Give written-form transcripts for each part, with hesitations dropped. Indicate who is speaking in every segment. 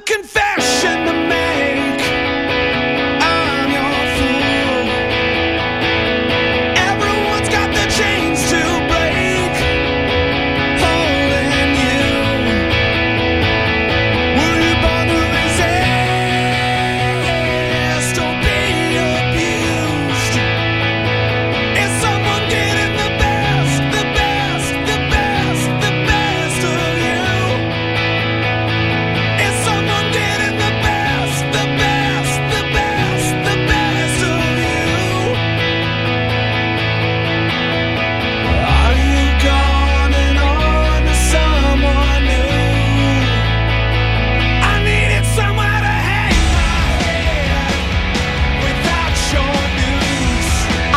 Speaker 1: confession to make. I'm your fool. Everyone's got the chains to break, holding you. Were you born to resist or be abused? Is someone getting the best, the best, the best, the best of you? Is someone getting the best, the best, the best, the best of you? Are you gone and on to someone new? I needed somewhere to hang my head without your news.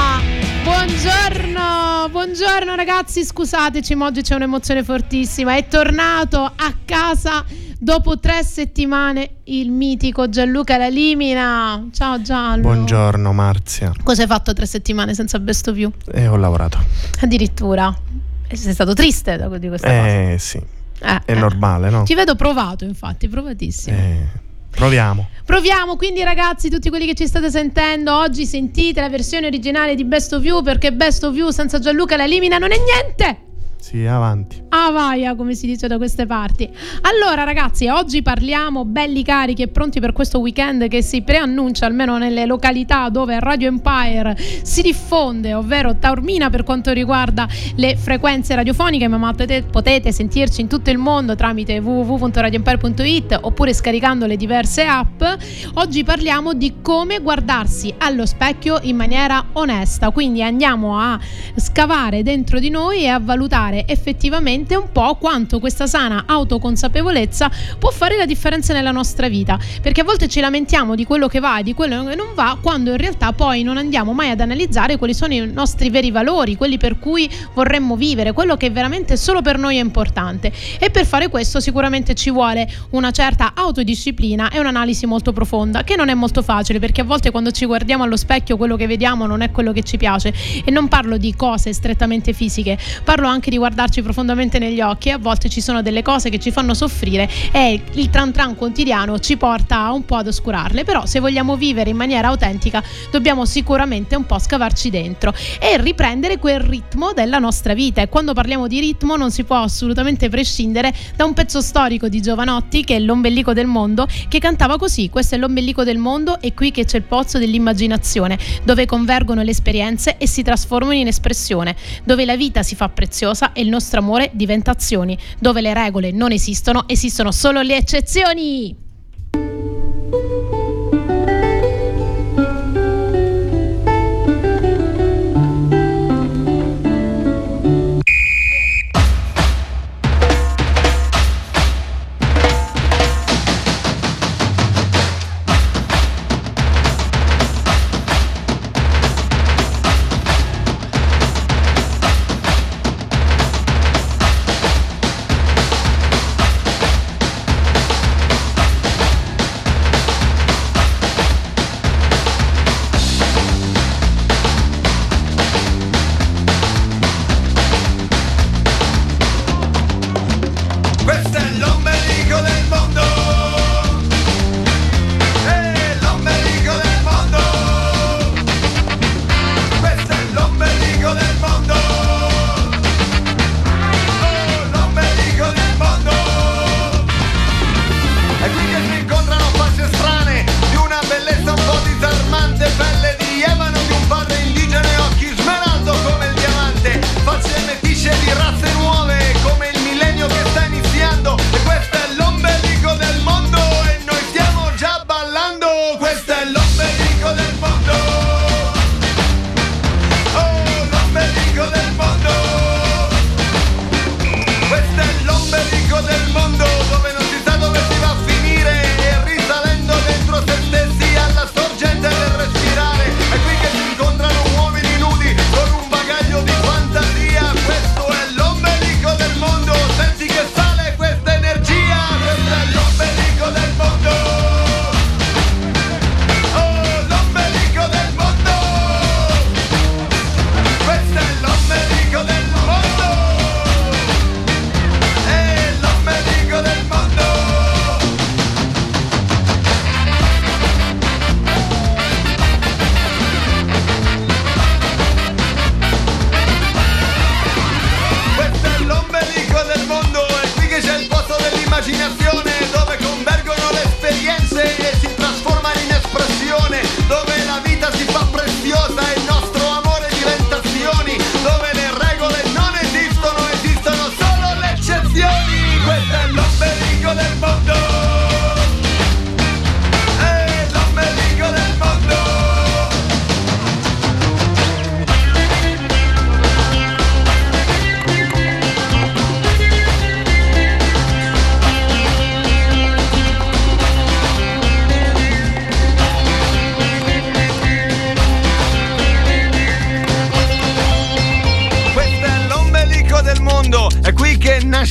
Speaker 2: Buongiorno ragazzi, scusateci, ma oggi c'è un'emozione fortissima. È tornato a casa dopo 3 settimane il mitico Gianluca Lalimina. Ciao Gianlu.
Speaker 3: Buongiorno Marzia.
Speaker 2: Cosa hai fatto 3 settimane senza Best of You?
Speaker 3: Ho lavorato.
Speaker 2: Addirittura. E sei stato triste di questa cosa?
Speaker 3: Sì. È normale, no?
Speaker 2: Ti vedo provato, infatti, provatissimo.
Speaker 3: Proviamo.
Speaker 2: Quindi ragazzi, tutti quelli che ci state sentendo, oggi sentite la versione originale di Best of You, perché Best of You senza Gianluca Lalimina non è niente.
Speaker 3: Sì, avanti.
Speaker 2: Avaia, come si dice da queste parti. Allora ragazzi, oggi parliamo belli carichi e pronti per questo weekend che si preannuncia, almeno nelle località dove Radio Empire si diffonde, ovvero Taormina per quanto riguarda le frequenze radiofoniche, ma potete sentirci in tutto il mondo tramite www.radioempire.it oppure scaricando le diverse app. Oggi parliamo di come guardarsi allo specchio in maniera onesta, quindi andiamo a scavare dentro di noi e a valutare effettivamente un po' quanto questa sana autoconsapevolezza può fare la differenza nella nostra vita, perché a volte ci lamentiamo di quello che va e di quello che non va, quando in realtà poi non andiamo mai ad analizzare quali sono i nostri veri valori, quelli per cui vorremmo vivere, quello che veramente solo per noi è importante. E per fare questo sicuramente ci vuole una certa autodisciplina e un'analisi molto profonda, che non è molto facile, perché a volte quando ci guardiamo allo specchio quello che vediamo non è quello che ci piace, e non parlo di cose strettamente fisiche, parlo anche di guardarci profondamente negli occhi. A volte ci sono delle cose che ci fanno soffrire e il tran tran quotidiano ci porta un po' ad oscurarle, però se vogliamo vivere in maniera autentica dobbiamo sicuramente un po' scavarci dentro e riprendere quel ritmo della nostra vita. E quando parliamo di ritmo non si può assolutamente prescindere da un pezzo storico di Jovanotti, che è L'ombelico del mondo, che cantava così: questo è l'ombelico del mondo, è qui che c'è il pozzo dell'immaginazione, dove convergono le esperienze e si trasformano in espressione, dove la vita si fa preziosa e il nostro amore diventa azioni, dove le regole non esistono, esistono solo le eccezioni.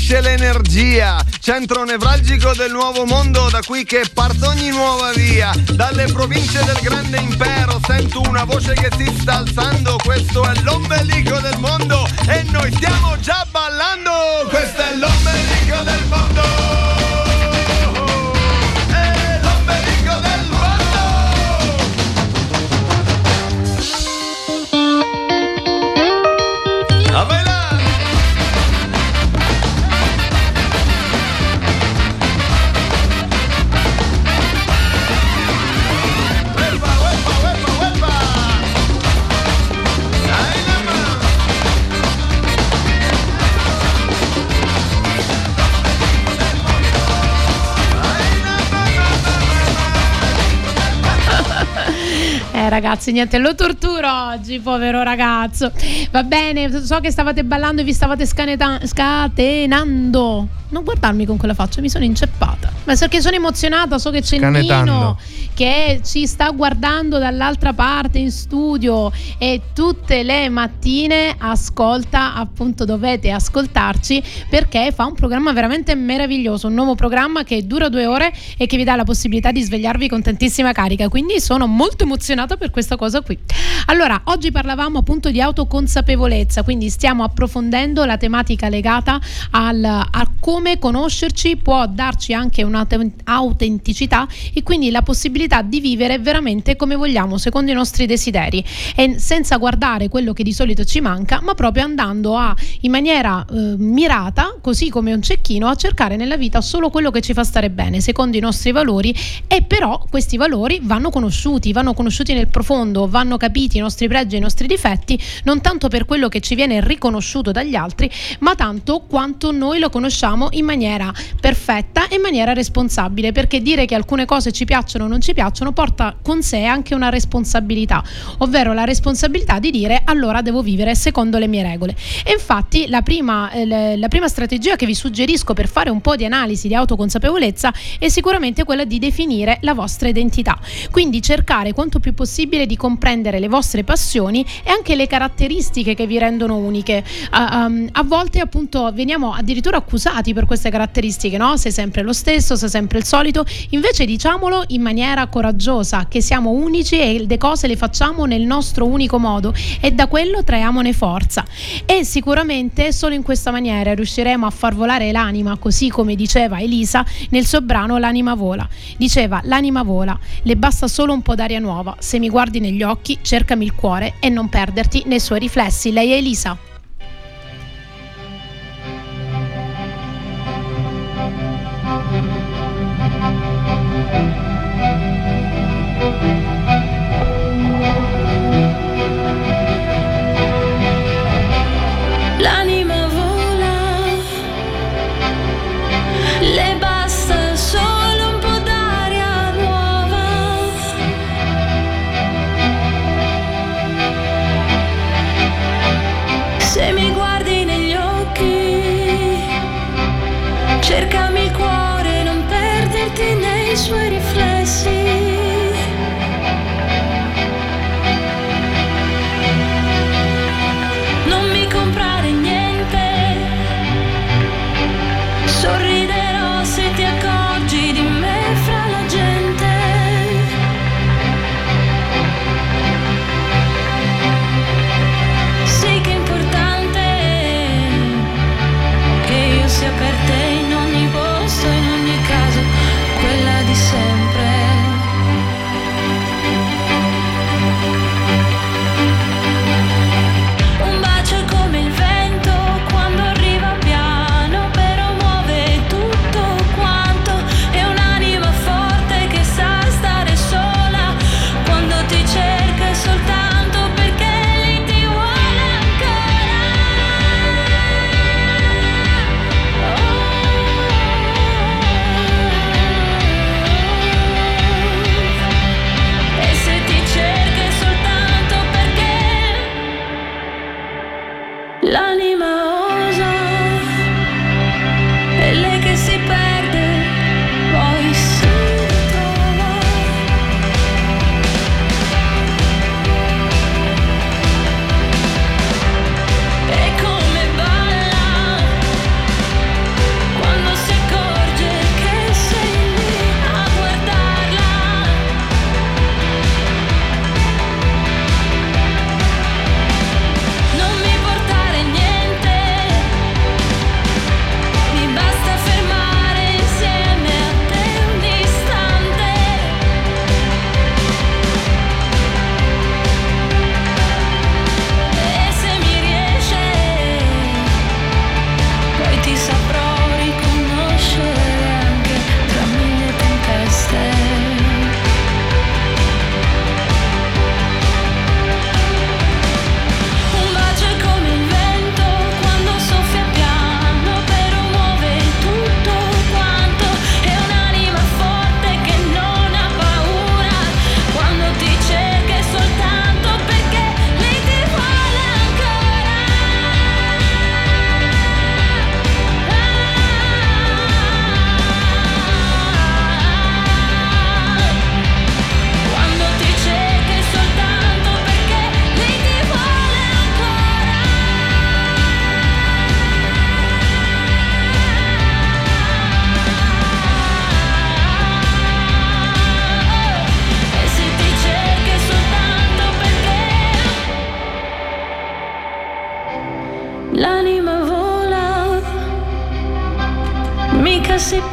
Speaker 4: fluisce l'energia, centro nevralgico del nuovo mondo, da qui che parte ogni nuova via. Dalle province del grande impero sento una voce che si sta alzando, questo è l'ombelico del mondo e noi stiamo già ballando, questo è l'ombelico del mondo.
Speaker 2: Ragazzi, niente, lo torturo oggi, povero ragazzo. Va bene, so che stavate ballando e vi stavate scatenando. Non guardarmi con quella faccia, mi sono inceppata. Ma perché sono emozionata, so che c'è Nino che ci sta guardando dall'altra parte in studio e tutte le mattine ascolta, appunto dovete ascoltarci perché fa un programma veramente meraviglioso, un nuovo programma che dura 2 ore e che vi dà la possibilità di svegliarvi con tantissima carica, quindi sono molto emozionata per questa cosa qui. Allora, oggi parlavamo appunto di autoconsapevolezza, quindi stiamo approfondendo la tematica legata a come conoscerci può darci anche un'autenticità e quindi la possibilità di vivere veramente come vogliamo, secondo i nostri desideri e senza guardare quello che di solito ci manca, ma proprio andando in maniera mirata, così come un cecchino, a cercare nella vita solo quello che ci fa stare bene, secondo i nostri valori. E però questi valori vanno conosciuti nel profondo, vanno capiti i nostri pregi e i nostri difetti, non tanto per quello che ci viene riconosciuto dagli altri, ma tanto quanto noi lo conosciamo in maniera perfetta e in maniera responsabile, perché dire che alcune cose ci piacciono o non ci piacciono porta con sé anche una responsabilità, ovvero la responsabilità di dire allora devo vivere secondo le mie regole. E infatti la prima strategia che vi suggerisco per fare un po' di analisi di autoconsapevolezza è sicuramente quella di definire la vostra identità, quindi cercare quanto più possibile di comprendere le vostre passioni e anche le caratteristiche che vi rendono uniche. A volte appunto veniamo addirittura accusati per queste caratteristiche, no? Sei sempre lo stesso, sei sempre il solito. Invece diciamolo in maniera coraggiosa che siamo unici e le cose le facciamo nel nostro unico modo e da quello traiamone forza, e sicuramente solo in questa maniera riusciremo a far volare l'anima, così come diceva Elisa nel suo brano L'anima vola. Diceva: l'anima vola, le basta solo un po' d'aria nuova, se mi guardi negli occhi cercami il cuore e non perderti nei suoi riflessi. Lei è Elisa.
Speaker 5: L'anima vola, le basta solo un po' d'aria nuova,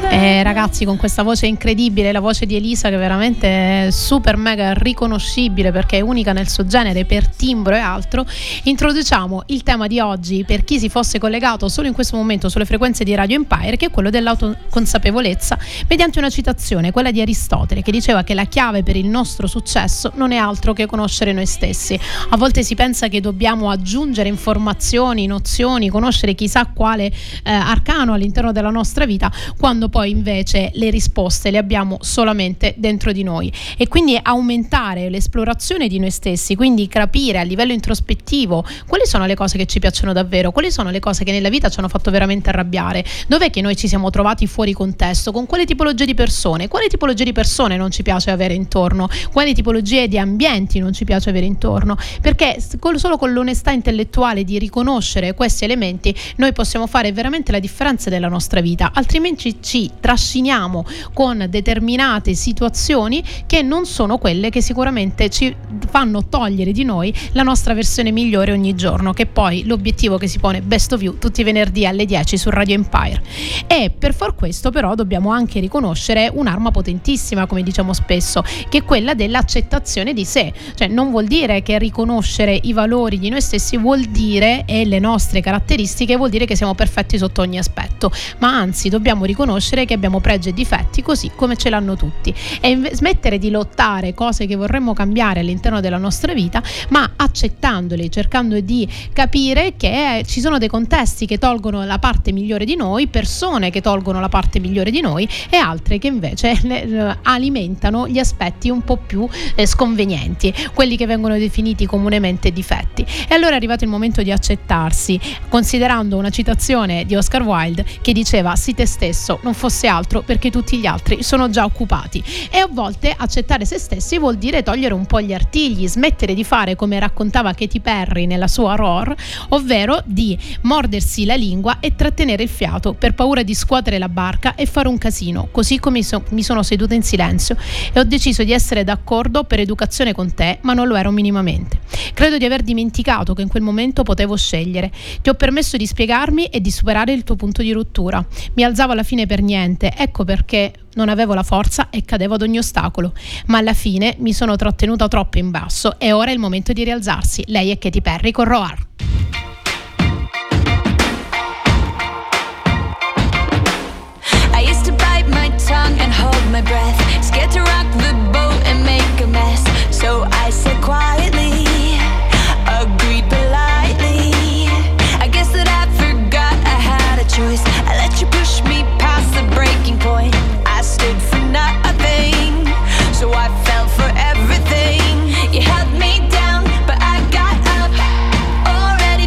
Speaker 2: Ragazzi, con questa voce incredibile, la voce di Elisa, che veramente è super mega riconoscibile perché è unica nel suo genere per timbro e altro, introduciamo il tema di oggi per chi si fosse collegato solo in questo momento sulle frequenze di Radio Empire, che è quello dell'autoconsapevolezza, mediante una citazione, quella di Aristotele, che diceva che la chiave per il nostro successo non è altro che conoscere noi stessi. A volte si pensa che dobbiamo aggiungere informazioni, nozioni, conoscere chissà quale arcano all'interno della nostra vita, quando poi invece le risposte le abbiamo solamente dentro di noi. E quindi aumentare l'esplorazione di noi stessi, quindi capire a livello introspettivo quali sono le cose che ci piacciono davvero, quali sono le cose che nella vita ci hanno fatto veramente arrabbiare, dov'è che noi ci siamo trovati fuori contesto, con quale tipologia di persone, quale tipologia di persone non ci piace avere intorno, quali tipologie di ambienti non ci piace avere intorno, perché solo con l'onestà intellettuale di riconoscere questi elementi noi possiamo fare veramente la differenza della nostra vita, altrimenti ci trasciniamo con determinate situazioni che non sono quelle che sicuramente ci fanno togliere di noi la nostra versione migliore ogni giorno, che è poi l'obiettivo che si pone Best of You tutti i venerdì alle 10 su Radio Empire. E per far questo però dobbiamo anche riconoscere un'arma potentissima, come diciamo spesso, che è quella dell'accettazione di sé. Cioè non vuol dire che riconoscere i valori di noi stessi vuol dire, e le nostre caratteristiche, vuol dire che siamo perfetti sotto ogni aspetto, ma anzi dobbiamo riconoscere che abbiamo pregi e difetti così come ce l'hanno tutti, e smettere di lottare cose che vorremmo cambiare all'interno della nostra vita, ma accettandoli, cercando di capire che ci sono dei contesti che tolgono la parte migliore di noi, persone che tolgono la parte migliore di noi e altre che invece alimentano gli aspetti un po' più sconvenienti, quelli che vengono definiti comunemente difetti. E allora è arrivato il momento di accettarsi, considerando una citazione di Oscar Wilde che diceva: "Sii te stesso, non fosse altro perché tutti gli altri sono già occupati". E a volte accettare se stessi vuol dire togliere un po' gli artigli, smettere di fare come raccontava Katy Perry nella sua Roar, ovvero di mordersi la lingua e trattenere il fiato per paura di scuotere la barca e fare un casino, così come mi sono seduta in silenzio e ho deciso di essere d'accordo per educazione con te, ma non lo ero minimamente. Credo di aver dimenticato che in quel momento potevo scegliere. Ti ho permesso di spiegarmi e di superare il tuo punto di rottura. Mi alzavo alla fine per niente, ecco perché non avevo la forza e cadevo ad ogni ostacolo, ma alla fine mi sono trattenuta troppo in basso e ora è il momento di rialzarsi. Lei è Katy Perry con Roar.
Speaker 5: I used to bite my tongue and hold my breath, scared to rock the boat and make a mess. So I said quietly, agreed politely. I guess that I forgot I had a choice. I let you push me past the breaking point. I stood for nothing, so I fell for everything. You held me down, but I got up. Already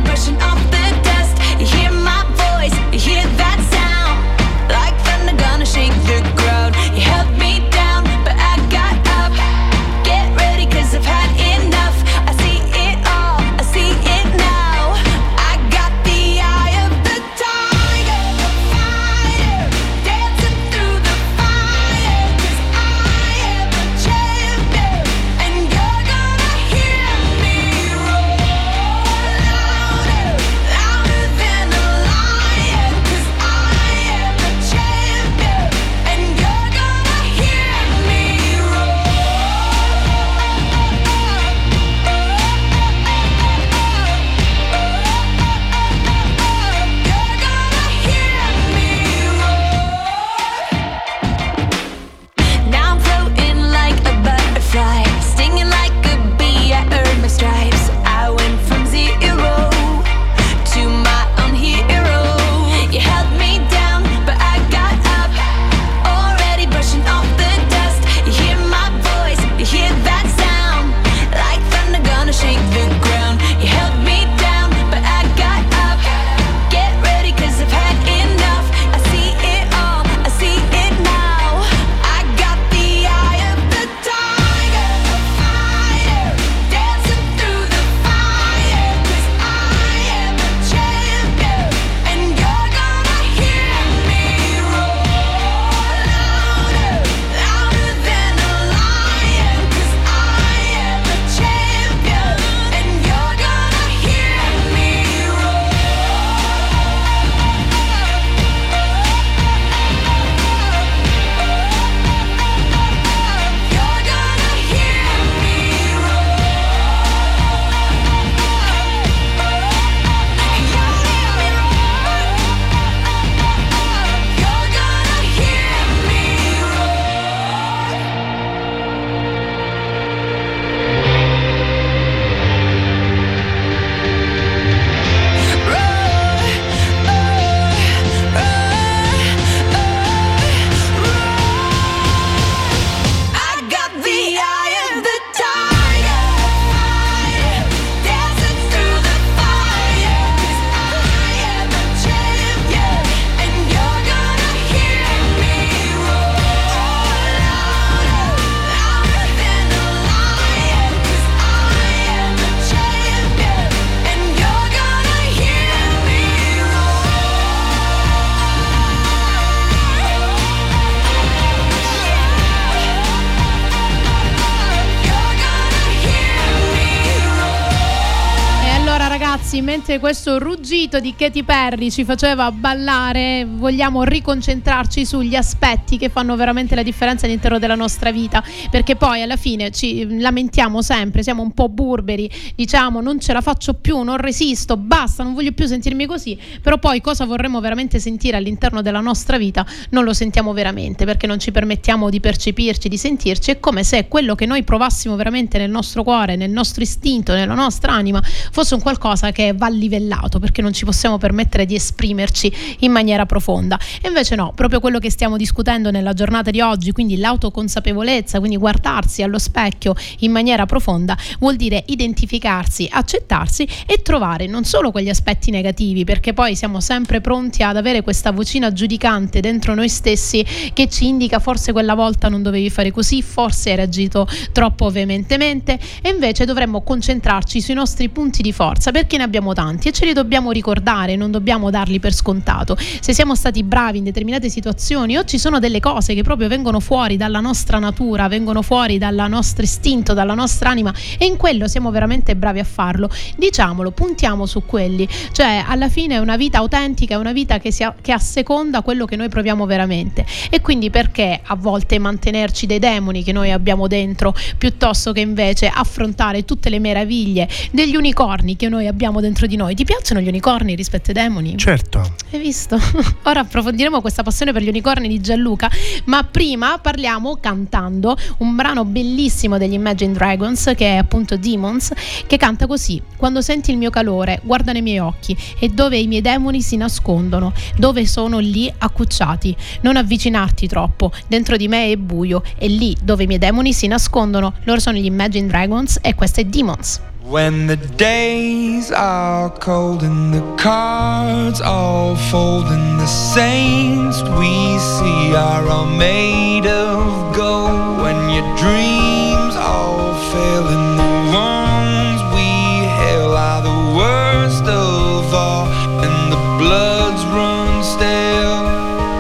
Speaker 2: ragazzi, mentre questo ruggito di Katy Perry ci faceva ballare, vogliamo riconcentrarci sugli aspetti che fanno veramente la differenza all'interno della nostra vita, perché poi alla fine ci lamentiamo sempre, siamo un po' burberi, diciamo non ce la faccio più, non resisto, basta, non voglio più sentirmi così, però poi cosa vorremmo veramente sentire all'interno della nostra vita non lo sentiamo veramente, perché non ci permettiamo di percepirci, di sentirci. È come se quello che noi provassimo veramente nel nostro cuore, nel nostro istinto, nella nostra anima fosse un qualcosa che va livellato, perché non ci possiamo permettere di esprimerci in maniera profonda. E invece no, proprio quello che stiamo discutendo nella giornata di oggi, quindi l'autoconsapevolezza, quindi guardarsi allo specchio in maniera profonda, vuol dire identificarsi, accettarsi e trovare non solo quegli aspetti negativi, perché poi siamo sempre pronti ad avere questa vocina giudicante dentro noi stessi che ci indica forse quella volta non dovevi fare così, forse hai reagito troppo veementemente, e invece dovremmo concentrarci sui nostri punti di forza, perché ne abbiamo tanti e ce li dobbiamo ricordare, non dobbiamo darli per scontato. Se siamo stati bravi in determinate situazioni o ci sono delle cose che proprio vengono fuori dalla nostra natura, vengono fuori dal nostro istinto, dalla nostra anima, e in quello siamo veramente bravi a farlo, diciamolo, puntiamo su quelli. Cioè alla fine è una vita autentica, è una vita che asseconda quello che noi proviamo veramente. E quindi perché a volte mantenerci dei demoni che noi abbiamo dentro piuttosto che invece affrontare tutte le meraviglie degli unicorni che noi abbiamo dentro di noi? Ti piacciono gli unicorni rispetto ai demoni?
Speaker 3: Certo.
Speaker 2: Hai visto? Ora approfondiremo questa passione per gli unicorni di Gianluca, ma prima parliamo cantando un brano bellissimo degli Imagine Dragons, che è appunto Demons, che canta così: quando senti il mio calore, guarda nei miei occhi, e dove i miei demoni si nascondono, dove sono lì accucciati, non avvicinarti troppo, dentro di me è buio, e lì dove i miei demoni si nascondono. Loro sono gli Imagine Dragons e questo è Demons.
Speaker 1: When the days are cold and the cards all fold and the saints we see are all made of gold, when your dreams all fail and the ones we hail are the worst of all and the bloods run stale,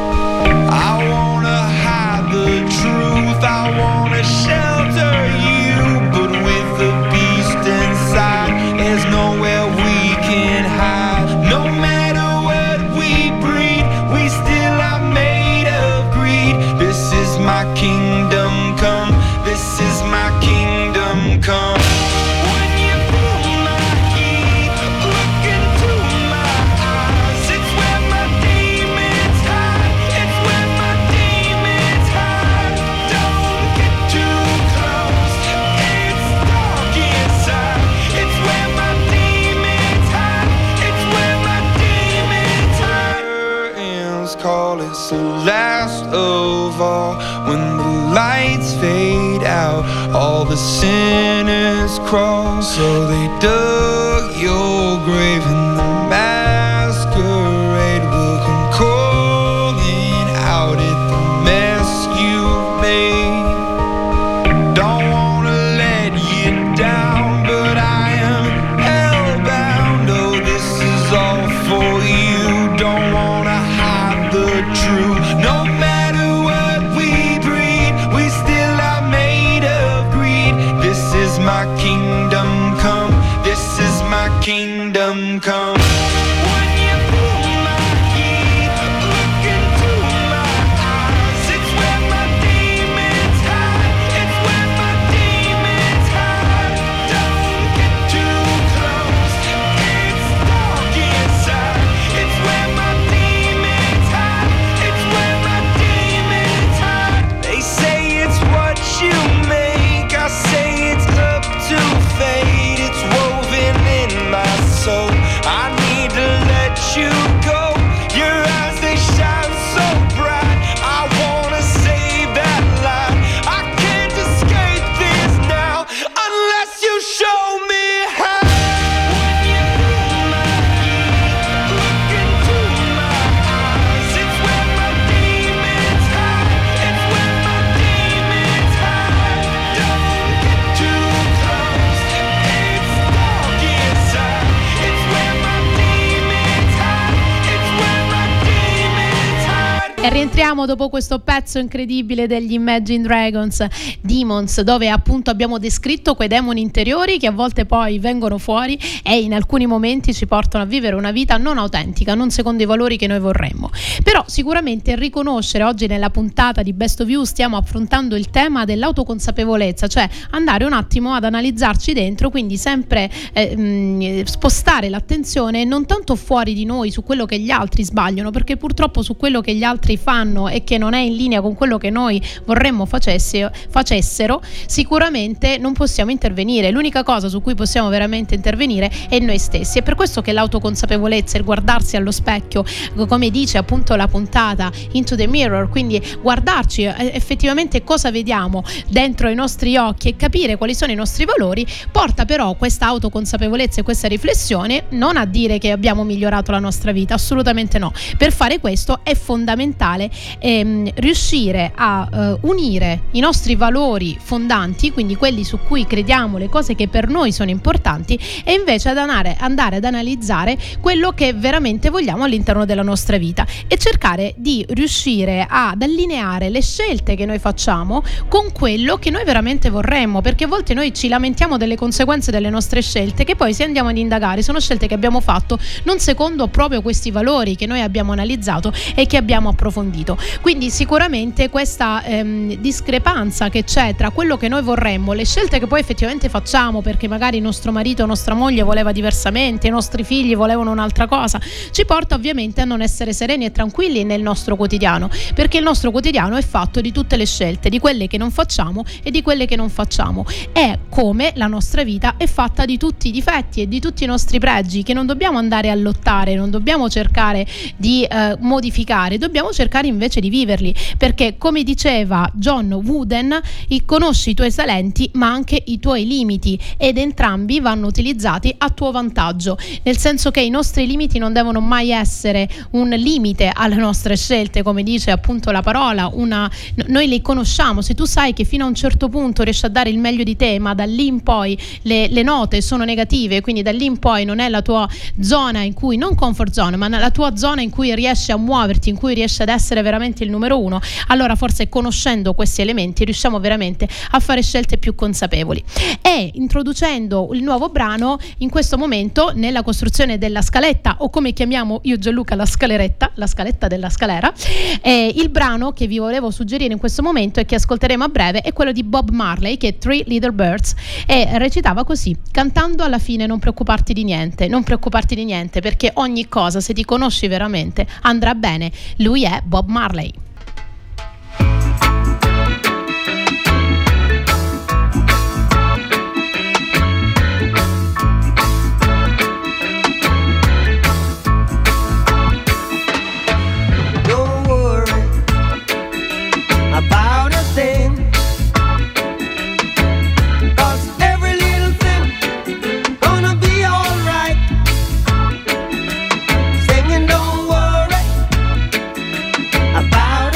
Speaker 1: I wanna hide the truth, I wanna shelter you, but with the beast inside, there's nowhere we can hide. No matter what we breed, we still are made of greed. This is my kingdom come, this is my kingdom come. When you feel my heat, look into my eyes, it's where my demons hide, it's where my demons hide. Don't get too close, it's dark inside, it's where my demons hide, it's where my demons hide. Curtains call, it's the last of all. When the lights fade out, all the sinners crawl. So they dug your grave and the masquerade will come calling out at the mess you made. Don't wanna let you down, but I am hellbound. Oh, this is all for you. Don't wanna hide the truth. No matter what we breed, we still are made of greed. This is my kingdom come, this is my kingdom come.
Speaker 2: rientriamo dopo questo pezzo incredibile degli Imagine Dragons, Demons, dove appunto abbiamo descritto quei demoni interiori che a volte poi vengono fuori e in alcuni momenti ci portano a vivere una vita non autentica, non secondo i valori che noi vorremmo. Però sicuramente riconoscere, oggi nella puntata di Best of You stiamo affrontando il tema dell'autoconsapevolezza, cioè andare un attimo ad analizzarci dentro, quindi sempre spostare l'attenzione non tanto fuori di noi su quello che gli altri sbagliano, perché purtroppo su quello che gli altri fanno e che non è in linea con quello che noi vorremmo facessero, sicuramente non possiamo intervenire. L'unica cosa su cui possiamo veramente intervenire è noi stessi. È per questo che l'autoconsapevolezza, il guardarsi allo specchio, come dice appunto la puntata Into the Mirror, quindi guardarci effettivamente cosa vediamo dentro i nostri occhi e capire quali sono i nostri valori, porta però questa autoconsapevolezza e questa riflessione non a dire che abbiamo migliorato la nostra vita, assolutamente no. Per fare questo è fondamentale riuscire a unire i nostri valori fondanti, quindi quelli su cui crediamo, le cose che per noi sono importanti, e invece andare ad analizzare quello che veramente vogliamo all'interno della nostra vita e cercare di riuscire ad allineare le scelte che noi facciamo con quello che noi veramente vorremmo, perché a volte noi ci lamentiamo delle conseguenze delle nostre scelte che poi, se andiamo ad indagare, sono scelte che abbiamo fatto non secondo proprio questi valori che noi abbiamo analizzato e che abbiamo approfondito. Quindi sicuramente questa discrepanza che c'è tra quello che noi vorremmo, le scelte che poi effettivamente facciamo, perché magari il nostro marito o nostra moglie voleva diversamente, i nostri figli volevano un'altra cosa, ci porta ovviamente a non essere sereni e tranquilli nel nostro quotidiano, perché il nostro quotidiano è fatto di tutte le scelte, di quelle che non facciamo e di quelle che non facciamo. È come la nostra vita è fatta di tutti i difetti e di tutti i nostri pregi, che non dobbiamo andare a lottare, non dobbiamo cercare di modificare, dobbiamo cercare invece di viverli, perché come diceva John Wooden, conosci i tuoi talenti ma anche i tuoi limiti, ed entrambi vanno utilizzati a tuo vantaggio, nel senso che i nostri limiti non devono mai essere un limite alle nostre scelte, come dice appunto la parola, noi li conosciamo. Se tu sai che fino a un certo punto riesci a dare il meglio di te, ma da lì in poi le note sono negative, quindi da lì in poi non è la tua zona in cui, non comfort zone, ma la tua zona in cui riesci a muoverti, in cui riesci ad essere veramente il numero uno, allora forse conoscendo questi elementi riusciamo veramente a fare scelte più consapevoli. E introducendo il nuovo brano in questo momento nella costruzione della scaletta, o come chiamiamo io e Gianluca la scaleretta, la scaletta della scalera, il brano che vi volevo suggerire in questo momento e che ascolteremo a breve è quello di Bob Marley, che è Three Little Birds, e recitava così: cantando alla fine non preoccuparti di niente, non preoccuparti di niente, perché ogni cosa, se ti conosci veramente, andrà bene. Lui è Bob Marley.
Speaker 1: About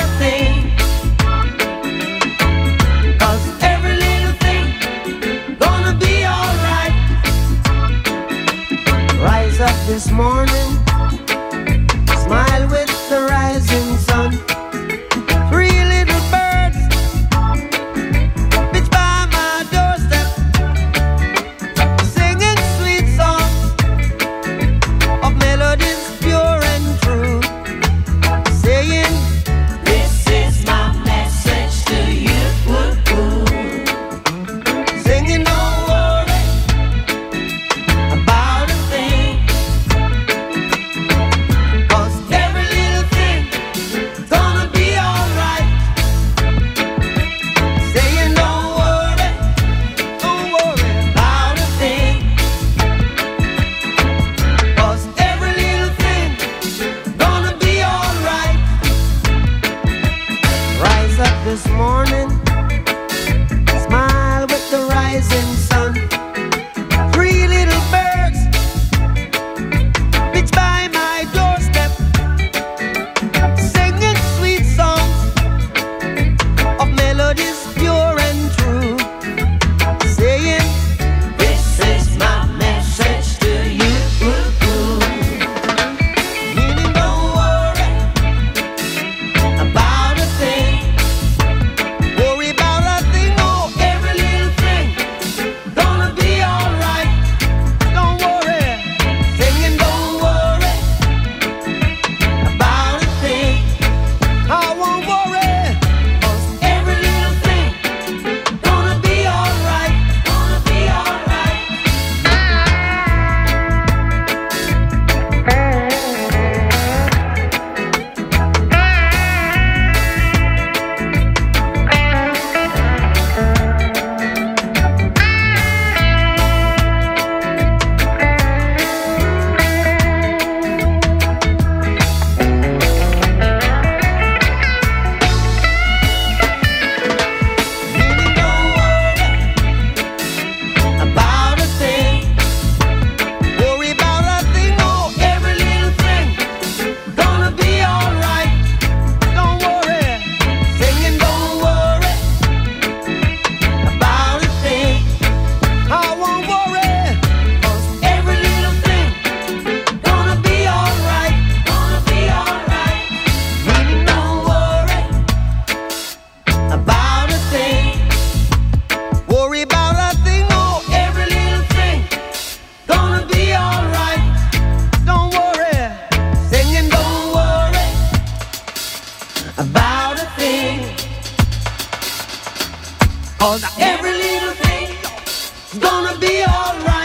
Speaker 1: 'cause every little thing's gonna be alright.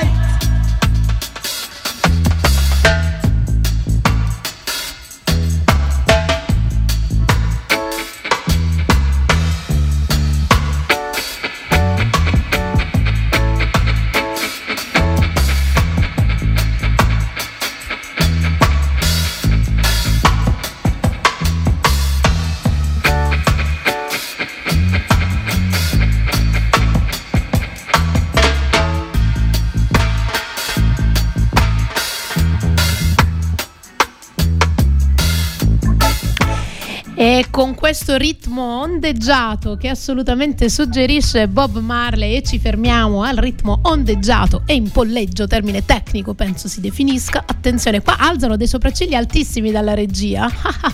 Speaker 2: E con questo ritmo ondeggiato che assolutamente suggerisce Bob Marley, e ci fermiamo al ritmo ondeggiato e in polleggio, termine tecnico penso si definisca. Attenzione, qua alzano dei sopraccigli altissimi dalla regia.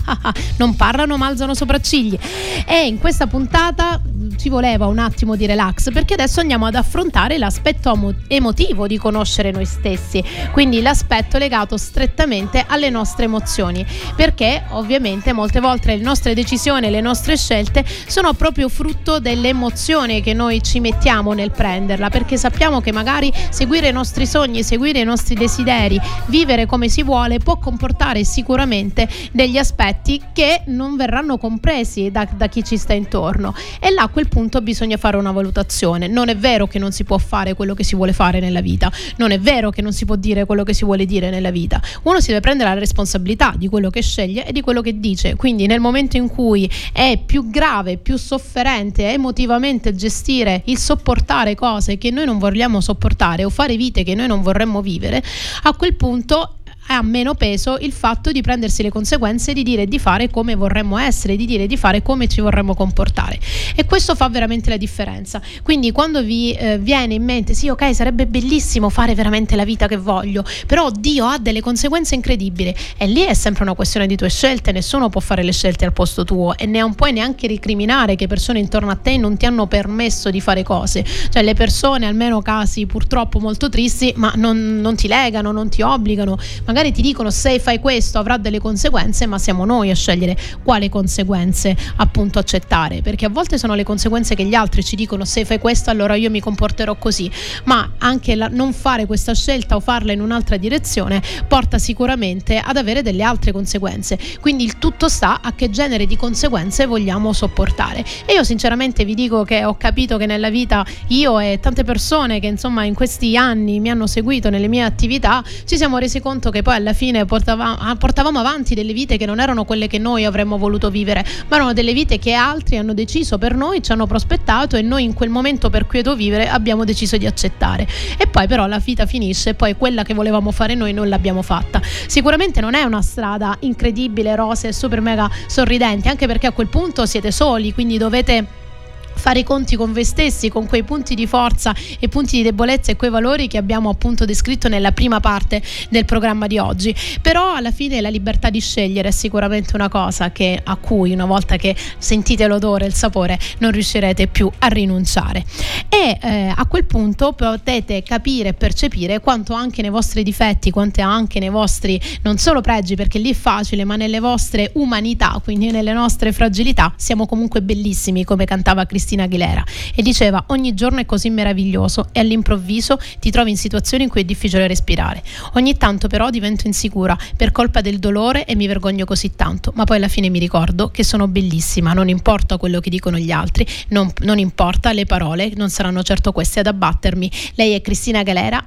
Speaker 2: Non parlano ma alzano sopraccigli. E in questa puntata ci voleva un attimo di relax, perché adesso andiamo ad affrontare l'aspetto emotivo di conoscere noi stessi, quindi l'aspetto legato strettamente alle nostre emozioni, perché ovviamente molte volte le nostre decisioni, le nostre scelte sono proprio frutto delle emozioni che noi ci mettiamo nel prenderla, perché sappiamo che magari seguire i nostri sogni, seguire i nostri desideri, vivere come si vuole può comportare sicuramente degli aspetti che non verranno compresi da chi ci sta intorno, e là a quel punto bisogna fare una valutazione. Non è vero che non si può fare quello che si vuole fare nella vita, non è vero che non si può dire quello che si vuole dire nella vita. Uno si deve prendere la responsabilità di quello che sceglie e di quello che dice, quindi nel momento in cui è più grave, più sofferente emotivamente gestire il sopportare cose che noi non vogliamo sopportare o fare vite che noi non vorremmo vivere, a quel punto ha meno peso il fatto di prendersi le conseguenze, di dire e di fare come vorremmo essere, di dire e di fare come ci vorremmo comportare, e questo fa veramente la differenza. Quindi quando vi viene in mente sì, ok, sarebbe bellissimo fare veramente la vita che voglio, però Dio ha delle conseguenze incredibili, e lì è sempre una questione di tue scelte. Nessuno può fare le scelte al posto tuo, e non puoi neanche ricriminare che persone intorno a te non ti hanno permesso di fare cose. Cioè le persone, almeno casi purtroppo molto tristi, ma non ti legano, non ti obbligano, magari ti dicono se fai questo avrà delle conseguenze, ma siamo noi a scegliere quale conseguenze appunto accettare, perché a volte sono le conseguenze che gli altri ci dicono: se fai questo allora io mi comporterò così, ma anche non fare questa scelta o farla in un'altra direzione porta sicuramente ad avere delle altre conseguenze. Quindi il tutto sta a che genere di conseguenze vogliamo sopportare. E io sinceramente vi dico che ho capito che nella vita, io e tante persone che insomma in questi anni mi hanno seguito nelle mie attività, ci siamo resi conto che poi alla fine portavamo avanti delle vite che non erano quelle che noi avremmo voluto vivere, ma erano delle vite che altri hanno deciso per noi, ci hanno prospettato, e noi in quel momento per quieto vivere abbiamo deciso di accettare. E poi però la vita finisce, e poi quella che volevamo fare noi non l'abbiamo fatta. Sicuramente non è una strada incredibile, rose, super mega sorridente, anche perché a quel punto siete soli, quindi dovete fare i conti con voi stessi, con quei punti di forza e punti di debolezza e quei valori che abbiamo appunto descritto nella prima parte del programma di oggi. Però alla fine la libertà di scegliere è sicuramente una cosa a cui una volta che sentite l'odore e il sapore non riuscirete più a rinunciare, e a quel punto potete capire e percepire quanto anche nei vostri difetti, quanto anche nei vostri non solo pregi, perché lì è facile, ma nelle vostre umanità, quindi nelle nostre fragilità, siamo comunque bellissimi, come cantava Cristina Aguilera, e diceva: ogni giorno è così meraviglioso e all'improvviso ti trovi in situazioni in cui è difficile respirare. Ogni tanto però divento insicura per colpa del dolore e mi vergogno così tanto, ma poi alla fine mi ricordo che sono bellissima, non importa quello che dicono gli altri, non importa, le parole non saranno certo queste ad abbattermi. Lei è Cristina Aguilera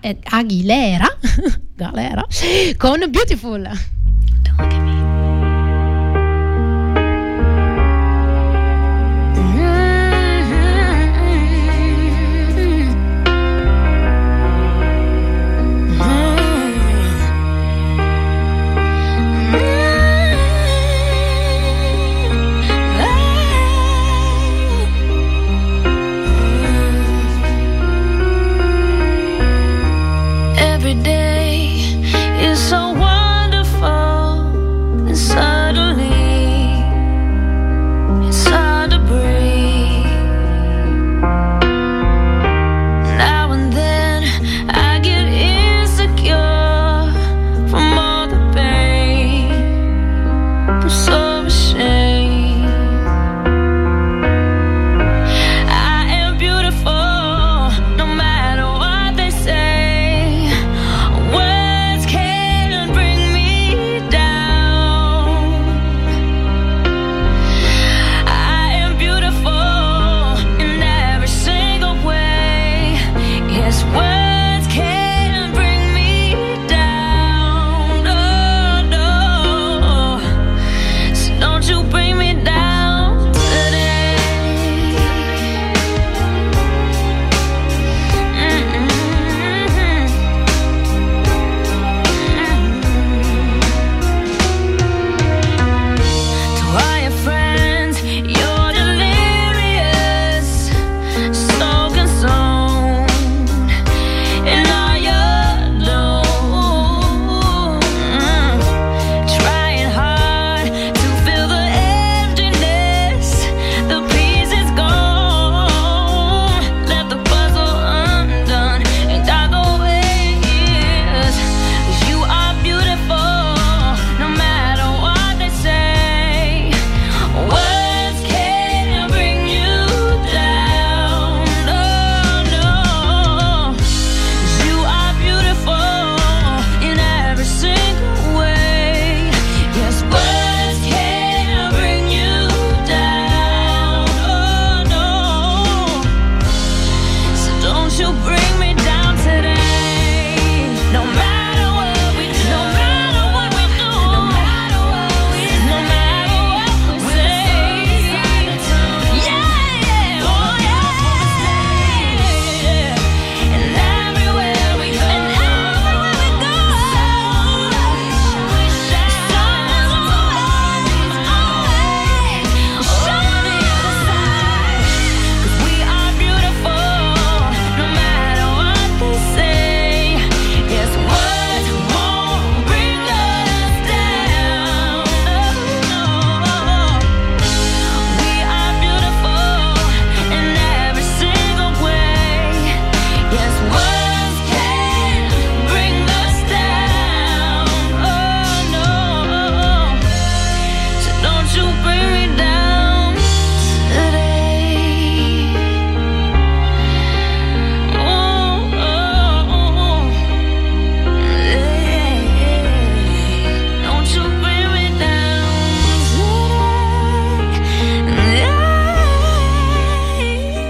Speaker 2: Galera con Beautiful. Don't look at me.
Speaker 5: Every day is so wonderful.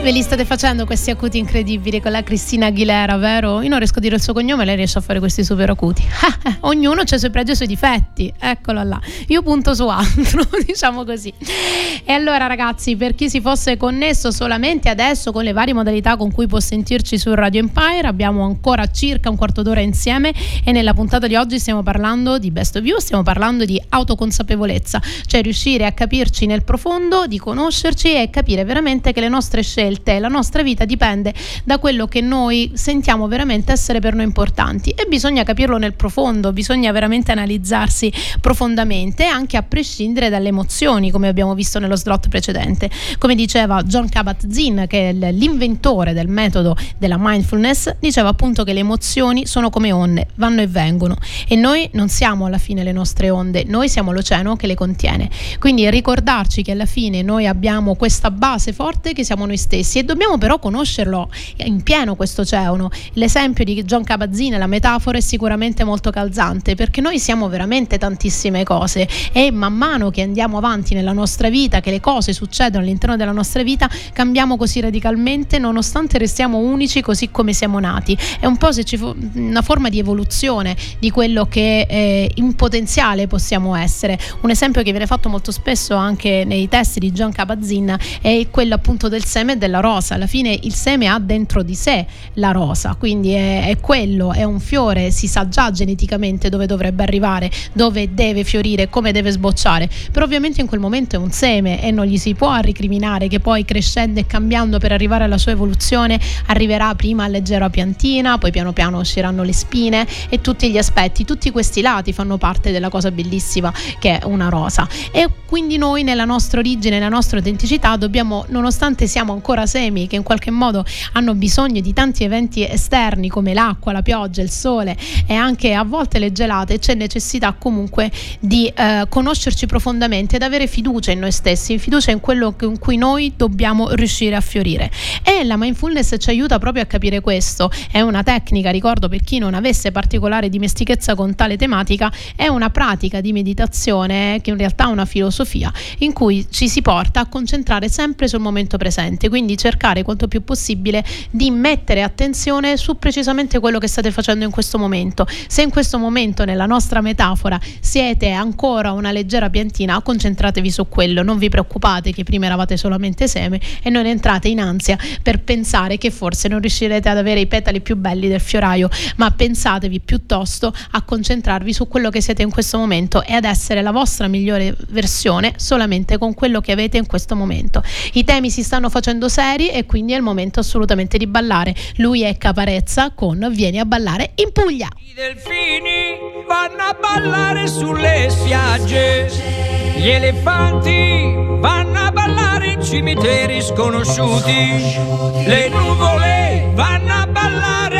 Speaker 2: Ve li state facendo questi acuti incredibili con la Cristina Aguilera, vero? Io non riesco a dire il suo cognome, lei riesce a fare questi super acuti. Ognuno ha i suoi pregi e i suoi difetti, eccolo là. Io punto su altro, diciamo così. E allora ragazzi, per chi si fosse connesso solamente adesso con le varie modalità con cui può sentirci su Radio Empire, abbiamo ancora circa un quarto d'ora insieme e nella puntata di oggi stiamo parlando di Best of You, stiamo parlando di autoconsapevolezza, cioè riuscire a capirci nel profondo, di conoscerci e capire veramente che le nostre scelte, la nostra vita dipende da quello che noi sentiamo veramente essere per noi importanti, e bisogna capirlo nel profondo, bisogna veramente analizzarsi profondamente, anche a prescindere dalle emozioni, come abbiamo visto nello slot precedente. Come diceva Jon Kabat-Zinn, che è l'inventore del metodo della mindfulness, diceva appunto che le emozioni sono come onde, vanno e vengono, e noi non siamo alla fine le nostre onde, noi siamo l'oceano che le contiene. Quindi ricordarci che alla fine noi abbiamo questa base forte che siamo noi stessi, e dobbiamo però conoscerlo in pieno questo oceano. L'esempio di Jon Kabat-Zinn, la metafora, è sicuramente molto calzante, perché noi siamo veramente tantissime cose, e man mano che andiamo avanti nella nostra vita, che le cose succedono all'interno della nostra vita, cambiamo così radicalmente, nonostante restiamo unici così come siamo nati. È un po' se ci una forma di evoluzione di quello che in potenziale possiamo essere. Un esempio che viene fatto molto spesso anche nei testi di Jon Kabat-Zinn è quello appunto del seme e della rosa. Alla fine il seme ha dentro di sé la rosa, quindi è quello, è un fiore, si sa già geneticamente dove dovrebbe arrivare, dove deve fiorire, come deve sbocciare, però ovviamente in quel momento è un seme e non gli si può ricriminare che poi crescendo e cambiando per arrivare alla sua evoluzione arriverà prima a leggera piantina, poi piano piano usciranno le spine e tutti gli aspetti, tutti questi lati fanno parte della cosa bellissima che è una rosa. E quindi noi nella nostra origine, nella nostra autenticità dobbiamo, nonostante siamo ancora semi che in qualche modo hanno bisogno di tanti eventi esterni come l'acqua, la pioggia, il sole e anche a volte le gelate, c'è necessità comunque di conoscerci profondamente ed avere fiducia in noi stessi, fiducia in quello in cui noi dobbiamo riuscire a fiorire. E la mindfulness ci aiuta proprio a capire questo. È una tecnica, ricordo per chi non avesse particolare dimestichezza con tale tematica, è una pratica di meditazione che in realtà è una filosofia in cui ci si porta a concentrare sempre sul momento presente, quindi cercare quanto più possibile di mettere attenzione su precisamente quello che state facendo in questo momento. Se in questo momento nella nostra metafora siete ancora una leggera piantina, concentratevi su quello, non vi preoccupate che prima eravate solamente seme e non entrate in ansia per pensare che forse non riuscirete ad avere i petali più belli del fioraio, ma pensatevi piuttosto a concentrarvi su quello che siete in questo momento e ad essere la vostra migliore versione solamente con quello che avete in questo momento. I temi si stanno facendo seri e quindi è il momento assolutamente di ballare. Lui è Caparezza con Vieni a ballare in Puglia.
Speaker 1: I delfini vanno a ballare sulle spiagge, gli elefanti vanno a ballare in cimiteri sconosciuti, le nuvole vanno a ballare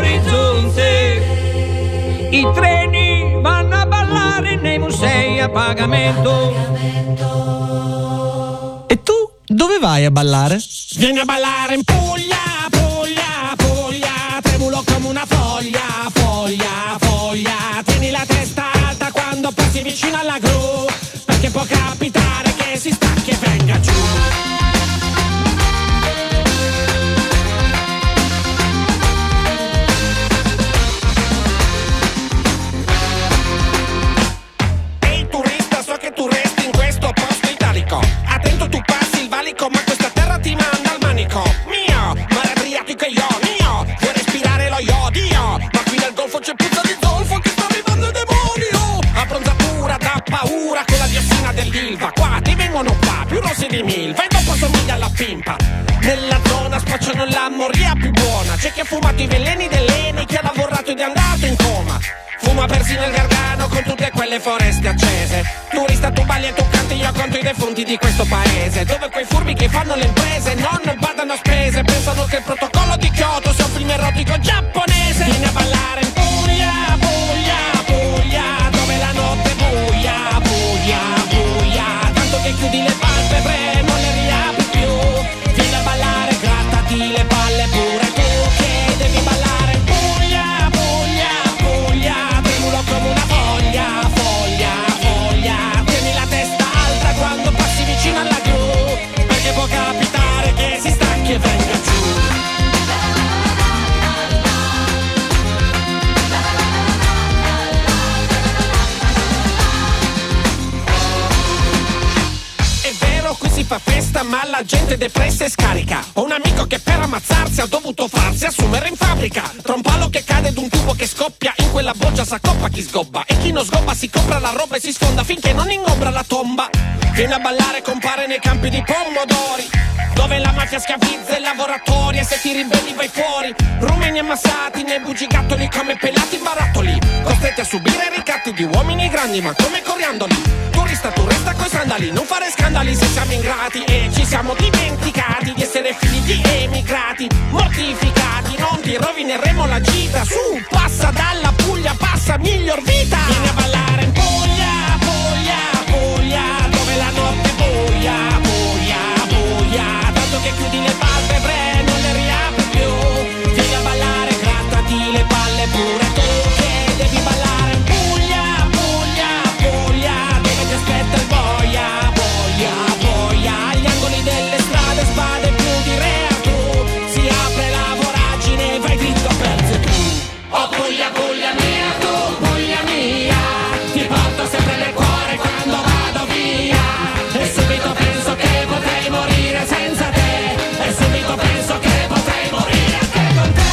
Speaker 1: all'orizzonte, i treni vanno a ballare nei musei a pagamento.
Speaker 6: E tu dove vai a ballare?
Speaker 1: Vieni a ballare in Puglia, Puglia, Puglia, tremulo come una foglia, foglia, foglia, tieni la testa alta quando passi vicino alla gru, perché può capitare che si stacchi e venga giù. Ehi turista, so che tu resti in questo posto italico, attento tu passi il valico ma questa terra ti manda al manico. Mio, mare Adriatico e io, mio, vuoi respirare lo iodio, ma qui nel golfo c'è puzza di zolfo che sta arrivando il demonio. Abbronzatura da paura con la diossina dell'Ilva, qua ti vengono qua più rossi di milva e dopo somiglia alla pimpa. Nella zona spacciano la moria più buona, c'è chi ha fumato i veleni dell'Eni, chi ha lavorato ed è andato in coma. Fuma persino il Gargano con tutte quelle foreste accese. Turista tu balli e tu canti, io conto i defunti di questo paese, dove quei furbi che fanno le imprese non badano a spese, pensano che il protocollo di Kyoto sia un film erotico giapponese. Vieni a ballare in Puglia, Puglia, Puglia, dove la notte è buia, buia, buia, tanto che chiudi le palpebre non le riapri più. Vieni a ballare, grattati le palle pure tu che devi ballare in Puglia, Puglia, Puglia, tremulo come una foglia, foglia, foglia, tieni la testa alta quando passi vicino alla gru, perché può capitare che si stacchi e venga
Speaker 7: notte depressa e scarica. Ho un amico che per ammazzarsi ha dovuto farsi assumere in fabbrica. Tra un palo che cade ed un tubo che scoppia, in quella boccia s'accoppa chi sgobba. E chi non sgobba si compra la roba e si sfonda finché non ingombra la tomba. Viene a ballare, compare nei campi di pomodori, dove la mafia schiavizza i lavoratori. E se ti ribelli vai fuori, rumeni ammassati nei bugigattoli come pelati barattoli, costretti a subire ricatti di uomini grandi ma come coriandoli. Turista, tu resta coi sandali, non fare scandali se siamo ingrati. E ci siamo dimenticati di essere figli di emigrati, mortificati, non ti rovineremo la gita. Su, passa dalla Puglia, passa miglior vita. Vieni a ballare in Puglia, Puglia, Puglia, dove la notte è buia, buia, buia. Tanto che chiudi le palpebre, non le riapri più. Vieni a ballare, grattati le palle pure tu, che devi ballare in Puglia, Puglia, Puglia, dove ti aspetta il boia, boia, boia. Agli angoli delle strade, spade più di reatù, si apre la voragine, vai dritto perso tu. Oh Puglia, Puglia mia, tu, Puglia mia, ti porto sempre nel cuore quando vado via. E subito penso che potrei morire senza te, e subito penso che potrei morire anche con te.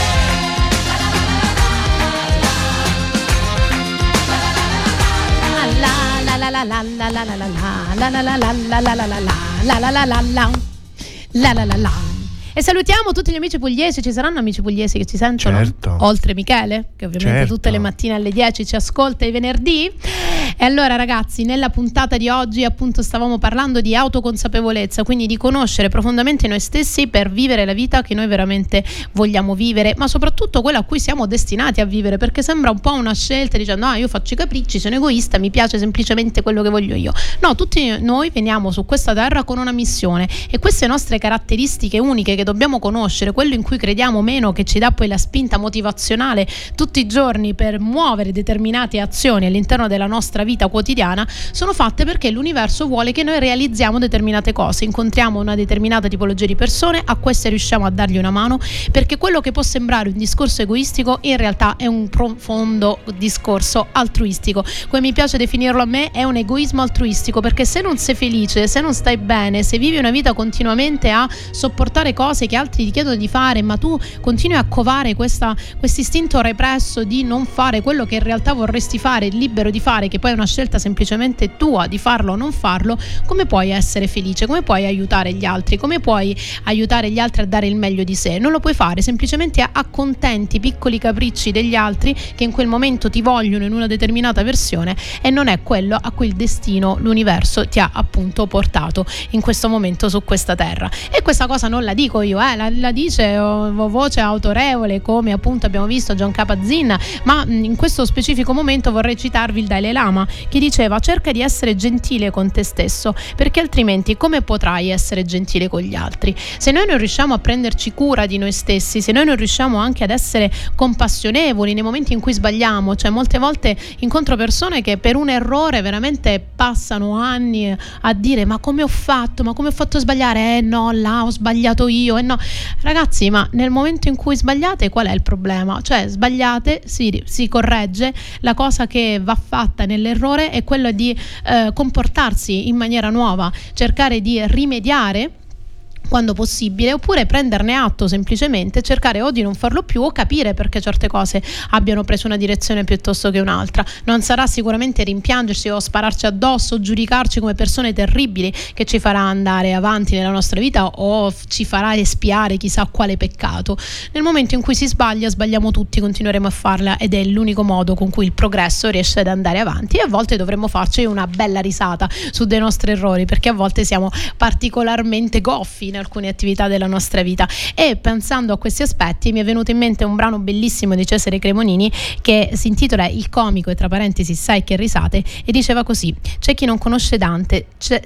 Speaker 2: E salutiamo tutti gli amici pugliesi. Ci saranno amici pugliesi che ci sentono?
Speaker 3: Certo.
Speaker 2: Oltre Michele, che ovviamente
Speaker 3: Certo.
Speaker 2: tutte le mattine alle 10 ci ascolta i venerdì. E allora ragazzi, nella puntata di oggi appunto stavamo parlando di autoconsapevolezza, quindi di conoscere profondamente noi stessi per vivere la vita che noi veramente vogliamo vivere, ma soprattutto quella a cui siamo destinati a vivere, perché sembra un po' una scelta dicendo io faccio i capricci, sono egoista, mi piace semplicemente quello che voglio io. No, tutti noi veniamo su questa terra con una missione, e queste nostre caratteristiche uniche che dobbiamo conoscere, quello in cui crediamo meno, che ci dà poi la spinta motivazionale tutti i giorni per muovere determinate azioni all'interno della nostra vita quotidiana, sono fatte perché l'universo vuole che noi realizziamo determinate cose, incontriamo una determinata tipologia di persone, a queste riusciamo a dargli una mano, perché quello che può sembrare un discorso egoistico in realtà è un profondo discorso altruistico. Come mi piace definirlo a me, è un egoismo altruistico, perché se non sei felice, se non stai bene, se vivi una vita continuamente a sopportare cose che altri ti chiedono di fare, ma tu continui a covare questo istinto represso di non fare quello che in realtà vorresti fare, libero di fare, che poi è una scelta semplicemente tua di farlo o non farlo, come puoi essere felice? Come puoi aiutare gli altri? Come puoi aiutare gli altri a dare il meglio di sé? Non lo puoi fare, semplicemente accontenti i piccoli capricci degli altri che in quel momento ti vogliono in una determinata versione, e non è quello a cui il destino, l'universo ti ha appunto portato in questo momento su questa terra. E questa cosa non la dico io, la dice voce autorevole come appunto abbiamo visto Jon Kabat-Zinn, ma in questo specifico momento vorrei citarvi il Dalai Lama, che diceva: cerca di essere gentile con te stesso, perché altrimenti come potrai essere gentile con gli altri? Se noi non riusciamo a prenderci cura di noi stessi, se noi non riusciamo anche ad essere compassionevoli nei momenti in cui sbagliamo, cioè molte volte incontro persone che per un errore veramente passano anni a dire ma come ho fatto a sbagliare, no, là ho sbagliato io, no. Ragazzi, ma nel momento in cui sbagliate qual è il problema? Cioè sbagliate, si corregge, la cosa che va fatta nell'errore è quella di comportarsi in maniera nuova, cercare di rimediare quando possibile, oppure prenderne atto semplicemente, cercare o di non farlo più o capire perché certe cose abbiano preso una direzione piuttosto che un'altra. Non sarà sicuramente rimpiangersi o spararci addosso o giudicarci come persone terribili che ci farà andare avanti nella nostra vita o ci farà espiare chissà quale peccato. Nel momento in cui si sbaglia, sbagliamo tutti, continueremo a farla, ed è l'unico modo con cui il progresso riesce ad andare avanti, e a volte dovremmo farci una bella risata su dei nostri errori, perché a volte siamo particolarmente goffi in alcune attività della nostra vita. E pensando a questi aspetti mi è venuto in mente un brano bellissimo di Cesare Cremonini che si intitola Il comico, e tra parentesi sai che risate, e diceva così: c'è chi non conosce Dante, c'è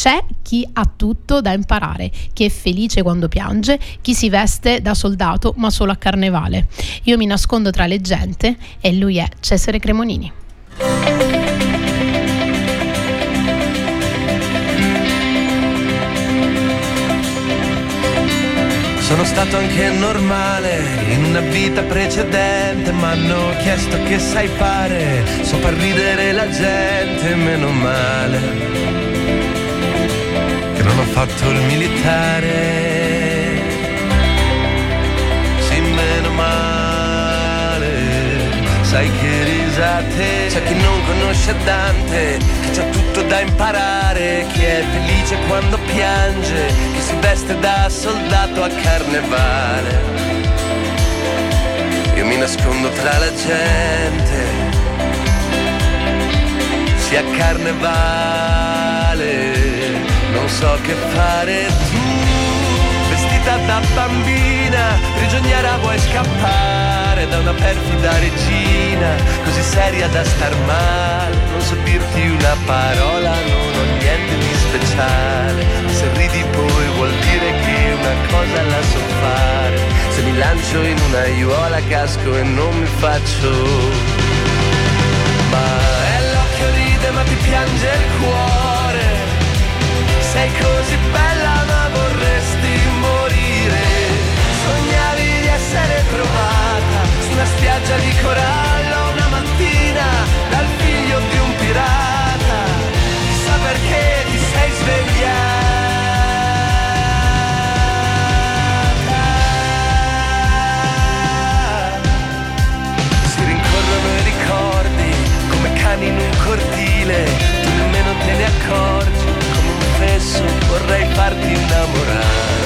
Speaker 2: chi ha tutto da imparare, chi è felice quando piange, chi si veste da soldato ma solo a carnevale. Io mi nascondo tra le gente e lui è Cesare Cremonini.
Speaker 8: Sono stato anche normale in una vita precedente, ma hanno chiesto che sai fare, so far ridere la gente, meno male che non ho fatto il militare. Sì, meno male, sai che risate. C'è chi non conosce Dante, che c'ha tutto da imparare, chi è felice quando piange, chi si veste da soldato a carnevale. Io mi nascondo tra la gente, sia carnevale, non so che fare. Tu, vestita da bambina, prigioniera vuoi scappare da una perfida regina, così seria da star male, non so dirti una parola, non ho niente di speciale. Se ridi poi vuol dire che una cosa la so fare, se mi lancio in una aiuola casco e non mi faccio. Ma è l'occhio ride ma ti piange il cuore, sei così bella ma vorresti morire. Sognavi di essere trovata su una spiaggia di corallo una mattina dal figlio di un pirata, chissà perché ti sei svegliata. Si rincorrono i ricordi come cani in un cortile, tu nemmeno te ne accorgi, come un fesso vorrei farti innamorare.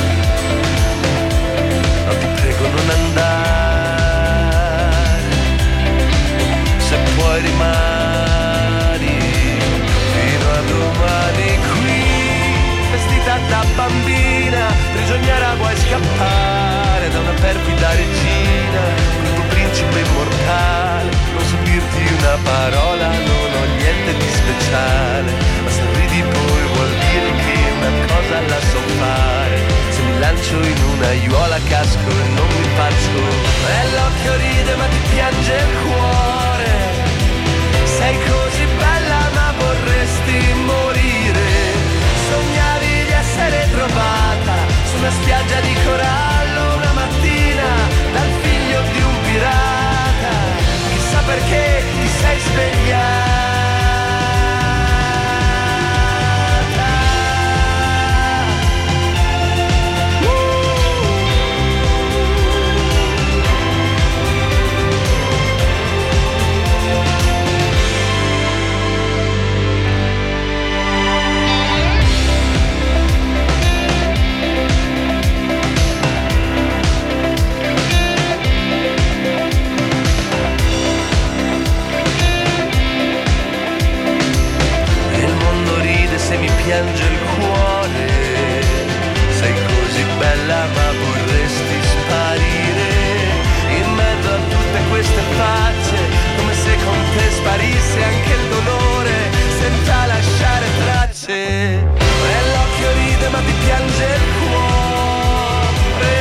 Speaker 8: No, ti prego non andare, se puoi rimani fino a domani qui, vestita da bambina, prigioniera vuoi scappare da una perfida regina, il tuo principe immortale, non so dirti una parola, non ho niente di speciale, ma se ridi poi vuol dire che una cosa la so fare, se mi lancio in una aiuola casco e non mi faccio. E l'occhio ride ma ti piange il cuore, sei così bella ma vorresti morire. Sognavi di essere trovata su una spiaggia di corallo una mattina dal figlio di un pirata, chissà perché ti sei svegliata. Se mi piange il cuore, sei così bella ma vorresti sparire in mezzo a tutte queste facce, come se con te sparisse anche il dolore senza lasciare tracce. E l'occhio ride ma ti piange il cuore,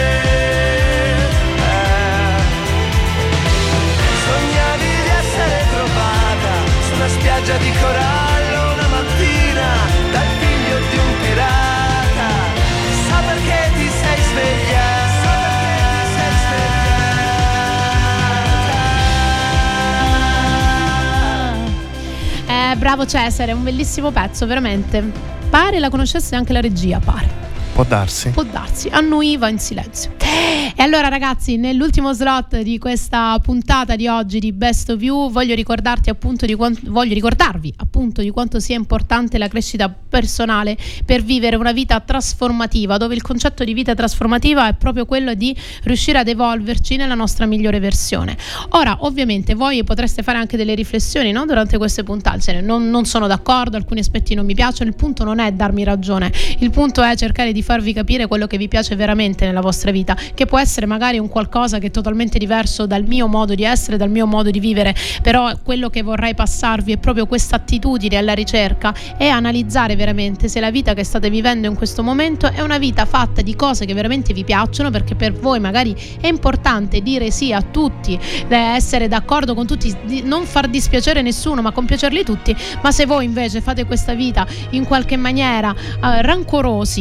Speaker 8: sognavi di essere trovata su una spiaggia di corallo una mattina dal figlio di un pirata, chissà perché ti sei svegliata.
Speaker 2: Bravo Cesare, un bellissimo pezzo, veramente. Pare la conoscesse anche la regia, pare.
Speaker 3: Può darsi.
Speaker 2: Può darsi, annuiva in silenzio. E allora ragazzi, nell'ultimo slot di questa puntata di oggi di Best of You voglio ricordarvi appunto di quanto sia importante la crescita personale per vivere una vita trasformativa, dove il concetto di vita trasformativa è proprio quello di riuscire ad evolverci nella nostra migliore versione. Ora, ovviamente voi potreste fare anche delle riflessioni, no? Durante queste puntate, non sono d'accordo, alcuni aspetti non mi piacciono, il punto non è darmi ragione, il punto è cercare di farvi capire quello che vi piace veramente nella vostra vita, che può essere magari un qualcosa che è totalmente diverso dal mio modo di essere, dal mio modo di vivere, però quello che vorrei passarvi è proprio questa attitudine alla ricerca e analizzare veramente se la vita che state vivendo in questo momento è una vita fatta di cose che veramente vi piacciono, perché per voi magari è importante dire sì a tutti, essere d'accordo con tutti, non far dispiacere nessuno ma compiacerli tutti, ma se voi invece fate questa vita in qualche maniera rancorosi e non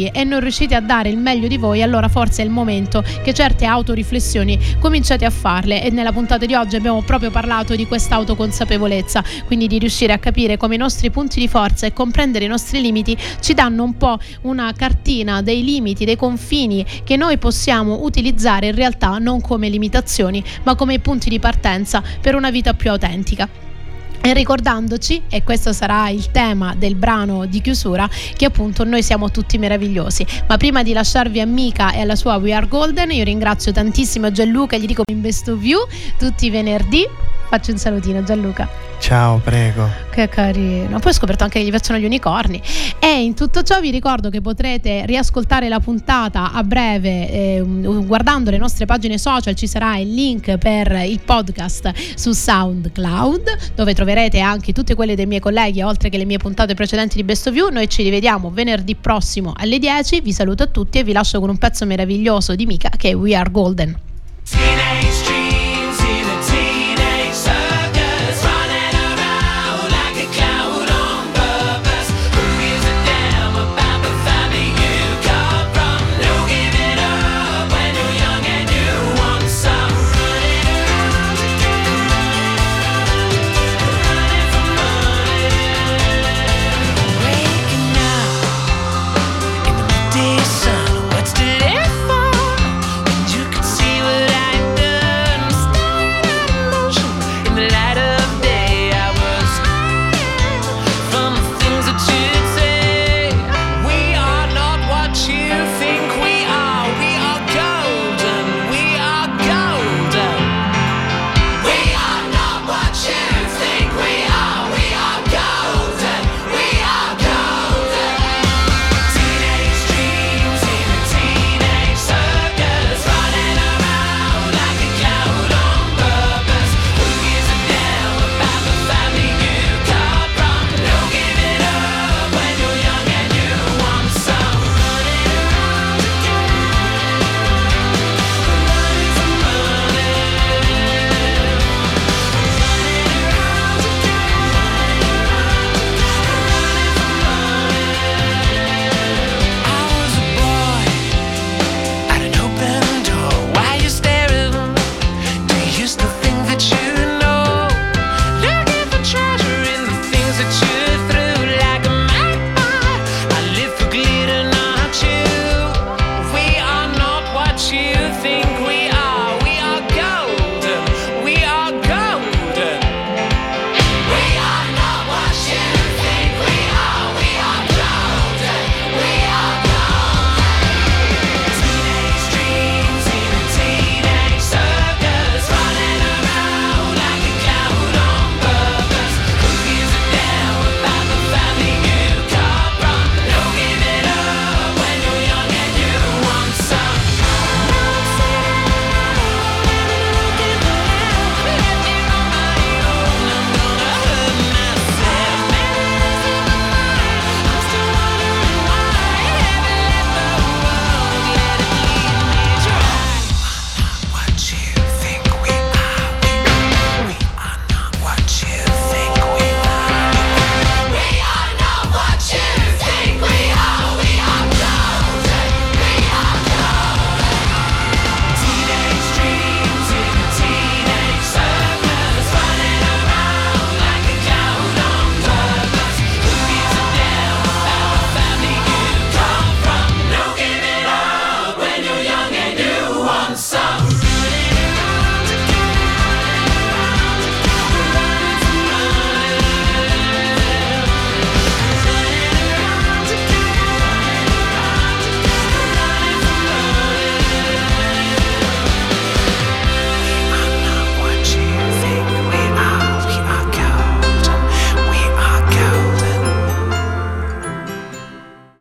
Speaker 2: riuscite a dare il meglio di voi, allora forse è il momento che certe autoriflessioni cominciate a farle, e nella puntata di oggi abbiamo proprio parlato di questa autoconsapevolezza, quindi di riuscire a capire come i nostri punti di forza e comprendere i nostri limiti ci danno un po' una cartina dei limiti, dei confini che noi possiamo utilizzare in realtà non come limitazioni ma come punti di partenza per una vita più autentica. E ricordandoci, e questo sarà il tema del brano di chiusura, che appunto noi siamo tutti meravigliosi. Ma prima di lasciarvi a Mika e alla sua We Are Golden, io ringrazio tantissimo Gianluca, gli dico in Best of You tutti i venerdì. Faccio un salutino, Gianluca.
Speaker 3: Ciao, prego.
Speaker 2: Che carino. Poi ho scoperto anche che gli piacciono gli unicorni. E in tutto ciò vi ricordo che potrete riascoltare la puntata a breve guardando le nostre pagine social. Ci sarà il link per il podcast su SoundCloud, dove troverete anche tutte quelle dei miei colleghi, oltre che le mie puntate precedenti di Best of You. Noi ci rivediamo venerdì prossimo alle 10. Vi saluto a tutti e vi lascio con un pezzo meraviglioso di Mika, che è We Are Golden.